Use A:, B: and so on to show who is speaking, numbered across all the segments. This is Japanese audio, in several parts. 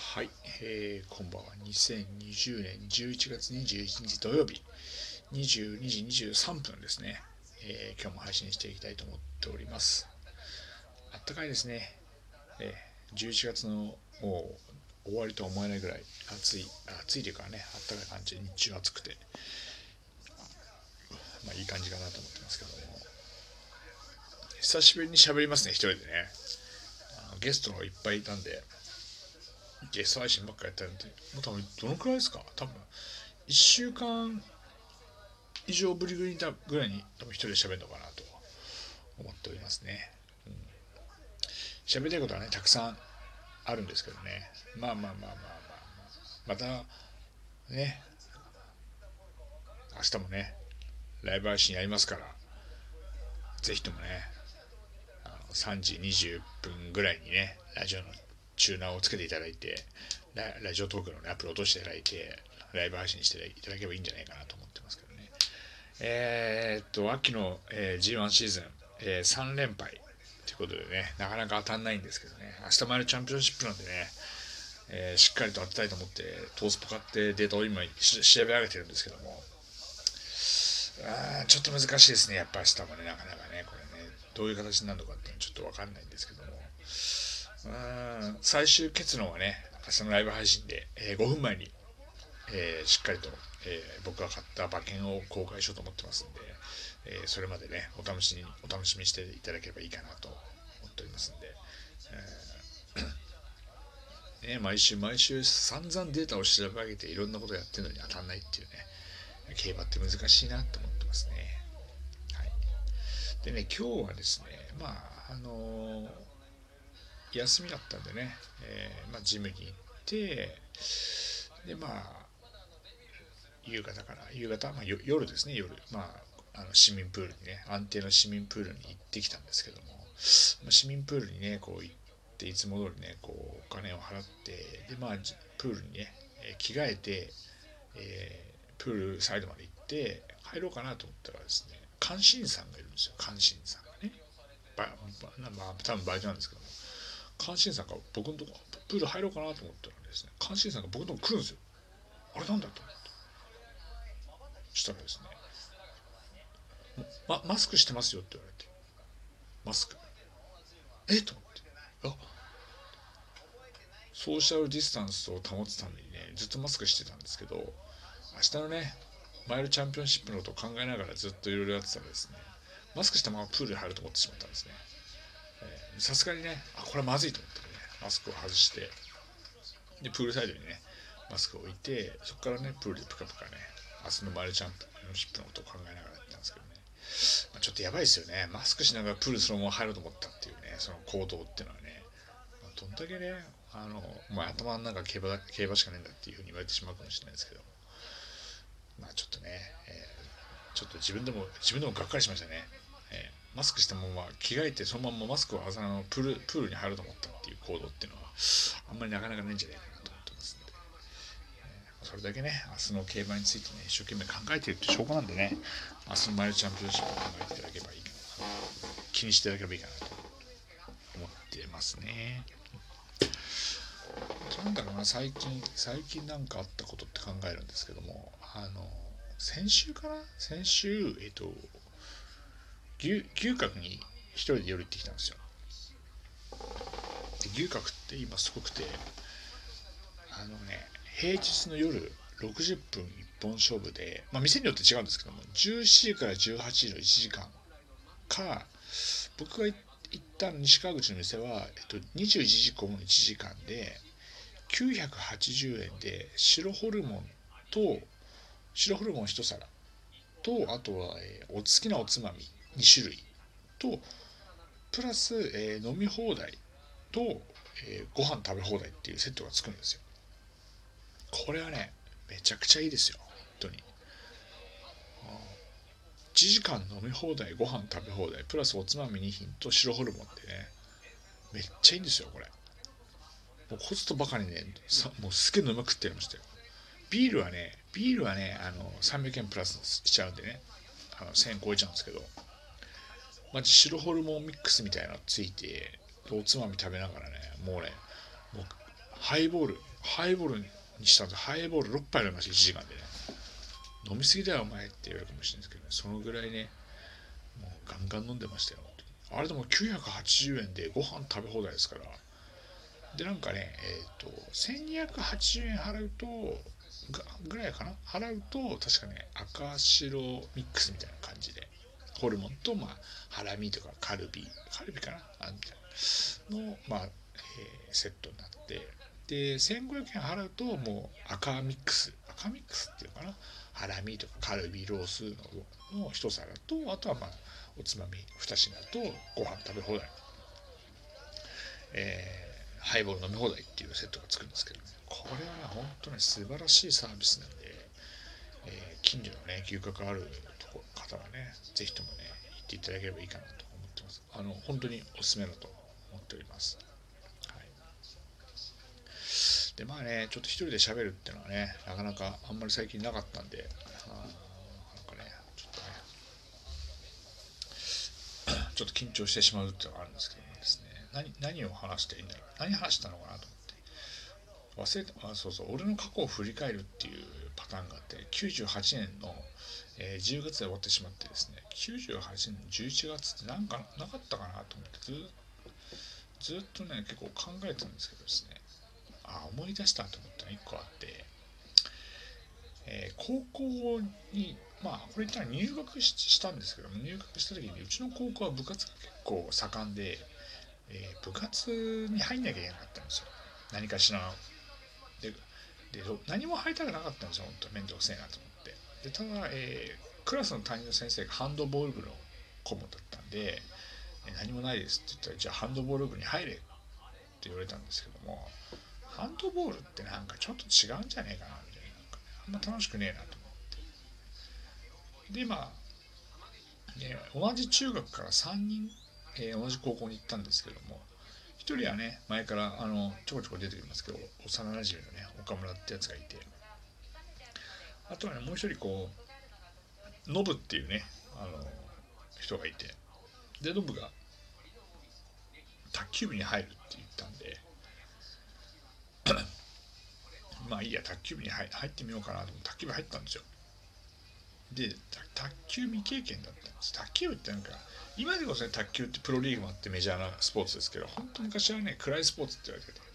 A: はい、こんばんは。2020年11月21日土曜日、22時23分ですね。今日も配信していきたいと思っております。あったかいですね。11月のもう終わりとは思えないぐらい暑いというかね、あったかい感じで日中暑くて、いい感じかなと思ってますけども、久しぶりに喋りますね、一人でね。ゲストがいっぱいいたんで、ゲスト配信ばっかやったんで、もう多分どのくらいですか？多分1週間以上ぶりぐらいに多分一人で喋るのかなと思っておりますね。喋りたいことはね、たくさんあるんですけどね。またね、明日もね、ライブ配信やりますから、ぜひともね、3時20分ぐらいにね、ラジオのチューナーをつけていただいて、ラジオトークの、ね、アップロードしていただいて、ライブ配信していただければいいんじゃないかなと思ってますけどね。秋の、G1 シーズン、3連敗ということでね、なかなか当たんないんですけどね、明日もあるチャンピオンシップなんでね、しっかりと当てたいと思って、トースポ買ってデータを今調べ上げてるんですけども、ちょっと難しいですね、やっぱ明日もね、なかなかね、これね、どういう形になるのかってちょっと分かんないんですけども、最終結論はね、明日のライブ配信で、5分前に、しっかりと、僕が買った馬券を公開しようと思ってますんで、それまでね、お楽しみにしていただければいいかなと思っておりますんで、毎週毎週散々データを調べ上げていろんなことやってるのに当たんないっていうね、競馬って難しいなと思ってますね。はい。でね、今日はですね、休みだったんでね、ジムに行って、で、夕方、夜ですね、夜。市民プールにね、安定の市民プールに行ってきたんですけども、市民プールにね、こう行って、いつも通りね、こう、お金を払って、で、プールにね、着替えて、プールサイドまで行って、入ろうかなと思ったらですね、監視員さんがいるんですよ、監視員さんがね。多分バイトなんですけども、監視員さんが僕のとこ、プール入ろうかなと思ったらですね、監視員さんが僕のとこ来るんですよ。あれなんだと思って。したらですね、マスクしてますよって言われて、マスク。と思って。あ、ソーシャルディスタンスを保つためにね、ずっとマスクしてたんですけど、明日のね、マイルチャンピオンシップのことを考えながらずっといろいろやってたらですね、マスクしたままプールに入ると思ってしまったんですね。さすがにね、これはまずいと思ってね、マスクを外して、で、プールサイドにね、マスクを置いて、そこからね、プールでプカプカね、明日のマイルチャンピオンシップのことを考えながらやったんですけどね、ちょっとやばいですよね。マスクしながらプールそのまま入ろうと思ったっていうね、その行動っていうのはね、どんだけね、頭の中競馬しかねえんだっていうふうに言われてしまうかもしれないですけど、ちょっとね、ちょっと自分でもがっかりしましたね。マスクしたまま着替えてそのままマスクを外プールに入ろうと思ったっていう行動っていうのはあんまりなかなかないんじゃないかなと思ってますんで、それだけね、明日の競馬についてね、一生懸命考えているって証拠なんでね、明日のマイルチャンピオンシップを考えていただければいいかな、気にしていただければいいかなと思ってますね。なんだろうな、最近なんかあったことって考えるんですけども、先週かな先週、牛角に一人で夜行ってきたんですよ。で牛角って今すごくて、平日の夜60分一本勝負で、店によって違うんですけども、17時から18時の1時間か、僕が行った西川口の店は、21時以降の1時間で980円で白ホルモン1皿と、あとは、お好きなおつまみ2種類とプラス、飲み放題と、ご飯食べ放題っていうセットがつくんですよ。これはね、めちゃくちゃいいですよ、本当に。1時間飲み放題、ご飯食べ放題、プラスおつまみ2品と白ホルモンってね、めっちゃいいんですよ、これ。もうコストばかりね、もうすげえ飲みまくってやりましたよ。ビールはね、300円プラスしちゃうんでね、1000円超えちゃうんですけど、白ホルモンミックスみたいなのついて、おつまみ食べながらね、もうね、もうハイボールにしたんで、ハイボール6杯飲みました、1時間でね。飲みすぎだよお前って言われるかもしれないですけどね、そのぐらいね、もうガンガン飲んでましたよ。あれでも980円でご飯食べ放題ですから。でなんかね、1280円払うとぐらいかな、払うと確かね、赤白ミックスみたいな感じで、ホルモンと、ハラミとかカルビかなみたいなの、セットになって、で1500円払うともう赤ミックスっていうかな、ハラミとかカルビロースの一皿と、あとはおつまみ2品とご飯食べ放題、ハイボール飲み放題っていうセットがつくんですけどね、これはね本当に素晴らしいサービスなんで、近所のね牛角ある方はね、ぜひともね行っていただければいいかなと思ってます。本当におすすめだと思っております。はい、でちょっと一人で喋るっていうのはね、なかなかあんまり最近なかったんで、ちょっと緊張してしまうっていうのがあるんですけどもですね、何を話していいんだろう、何話したのかなと思って忘れて、そうそう、俺の過去を振り返るっていうパターンがあって、98年の、10月で終わってしまってですね、98年の11月ってなんかなかったかなと思ってずっとね結構考えてたんですけどですね、思い出したと思ったの1個あって、高校にこれ言ったら入学したんですけども、入学した時にうちの高校は部活が結構盛んで、部活に入んなきゃいけなかったんですよ、何かしらの。で何も入りたくなかったんですよ、本当面倒くせえなと思って。でただ、クラスの担任の先生がハンドボール部の顧問だったんで、何もないですって言ったら、じゃあハンドボール部に入れって言われたんですけども、ハンドボールってなんかちょっと違うんじゃねえかなみたいな、あんま楽しくねえなと思って。で同じ中学から3人、同じ高校に行ったんですけども、1人はね前からちょこちょこ出てきますけど、幼なじみのね岡村ってやつがいて、あとはねもう一人ノブっていうね人がいて、でノブが卓球部に入るって言ったんで、いいや卓球部に入ってみようかなと思って卓球部入ったんですよ。で卓球未経験だったんです。卓球部ってなんか今でこそね、卓球ってプロリーグもあってメジャーなスポーツですけど、本当昔はね暗いスポーツって言われてて、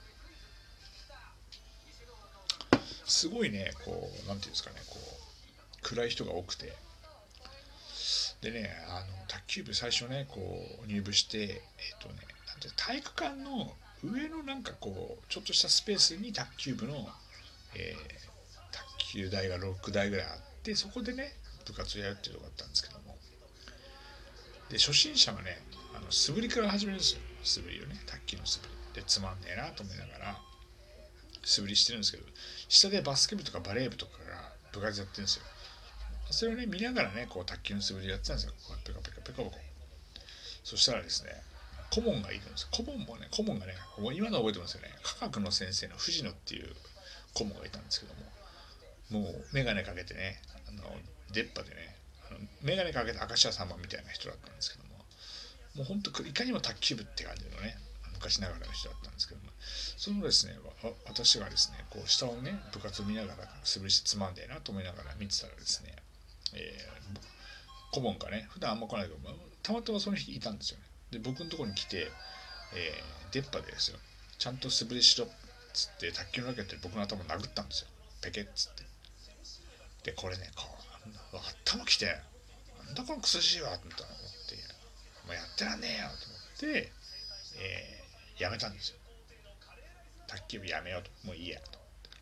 A: すごいねなんていうんですかね、暗い人が多くて、でね卓球部最初ね入部して、なんて体育館の上のなんかちょっとしたスペースに卓球部の、え卓球台が6台ぐらいあって、そこでね部活をやるっていうとこだったんですけども、で初心者はね素振りから始めるんですよ。素振りをね、卓球の素振りでつまんねえなと思いながら素振りしてるんですけど、下でバスケ部とかバレー部とかが部活やってるんですよ。それをね見ながらね卓球の素振りやってたんですよ。ペカペカペカペカ。そしたらですね、顧問がいるんです。顧問がね、もう今の覚えてますよね。科学の先生の藤野っていう顧問がいたんですけども、もう眼鏡かけてね、出っ歯でね、眼鏡かけて明石家さんまみたいな人だったんですけども、もうほんといかにも卓球部って感じのね、昔ながらの人だったんですけども、そのですね、私がですね、下をね、部活を見ながら素振りしてつまんでえなと思いながら見てたらですね、顧問がね、普段あんま来ないけど、たまたまその日いたんですよね。で僕のところに来て、出っ歯でですよ、ちゃんと素振りしろっつって卓球のラケットで僕の頭を殴ったんですよ、ペケッつって。でこれね頭きて、なんだこのクソじいわと思って、もうやってらんねえよと思って、やめたんですよ。卓球部やめようと、もういいやと。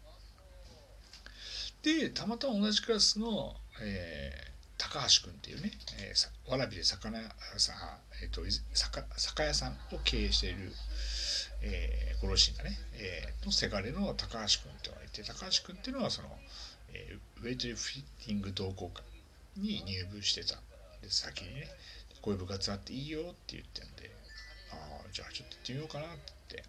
A: でたまたま同じクラスの、高橋君っていうね、蕨で魚屋さん、酒屋さんを経営している、ご両親がね、のせがれの高橋君っていうのがいて、高橋君っていうのはウェイトリフティング同好会に入部してたんで、先にねこういう部活あっていいよって言ってんで、じゃあちょっと行ってみようかなって言って、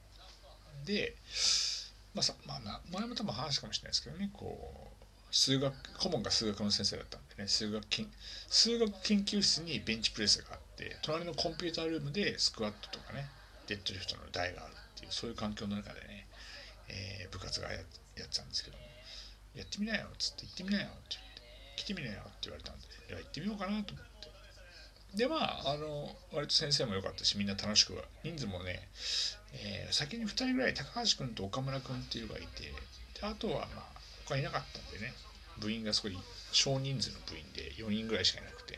A: で前も多分話したかもしれないですけどね、顧問が数学の先生だったんでね、数学研究室にベンチプレスがあって、隣のコンピュータールームでスクワットとかねデッドリフトの台があるっていう、そういう環境の中でね活がやってたんですけども、やってみなよっつって、行ってみなよって言って、来てみなよって言われたんで、いや行ってみようかなと思って。で割と先生も良かったし、みんな楽しく、人数もね、先に2人ぐらい高橋君と岡村君っていうのがいて、であとは他いなかったんでね、部員がすごい少人数の部員で4人ぐらいしかいなくて、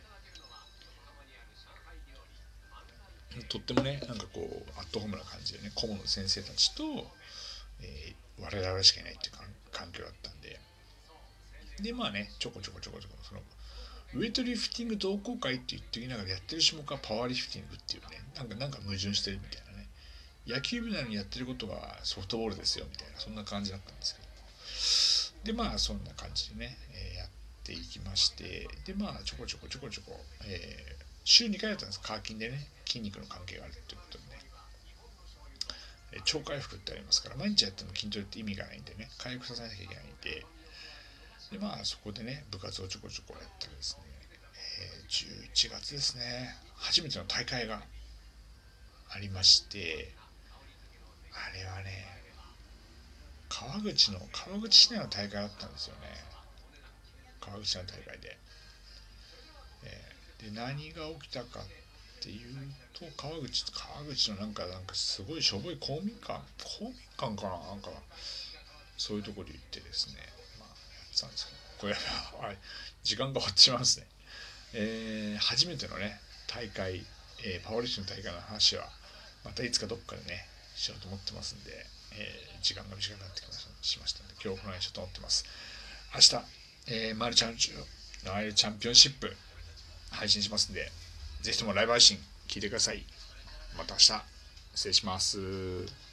A: とってもね、なんかこうアットホームな感じでね、顧問の先生たちと、我々しかいないっていう環境だったんで、でちょこちょこそのウエイトリフティング同好会って言ってきながらやってる種目はパワーリフティングっていうね、なんか矛盾してるみたいなね、野球部なのにやってることはソフトボールですよみたいな、そんな感じだったんですけど、でそんな感じでね、やっていきまして、でちょこちょこ、週2回だったんです。カーキンでね、筋肉の関係があるということでね、超回復ってありますから、毎日やっても筋トレって意味がないんでね、回復させなきゃいけないんで、そこでね、部活をちょこちょこやったらですね、11月ですね、初めての大会がありまして、あれはね、川口市内の大会だったんですよね。川口市内の大会で。で、何が起きたかっていうと、川口のなんかすごいしょぼい公民館かな、なんかそういうところで行ってですね、やってたんですけど、これ時間が終わってしまいますね。初めてのね大会、パワーリフティングの大会の話はまたいつかどっかでねしようと思ってますんで、時間が短くなってきましたので、今日この辺にしようと思ってます。明日、マイルチャンピオンシップ配信しますんで、ぜひともライブ配信聞いてください。また明日失礼します。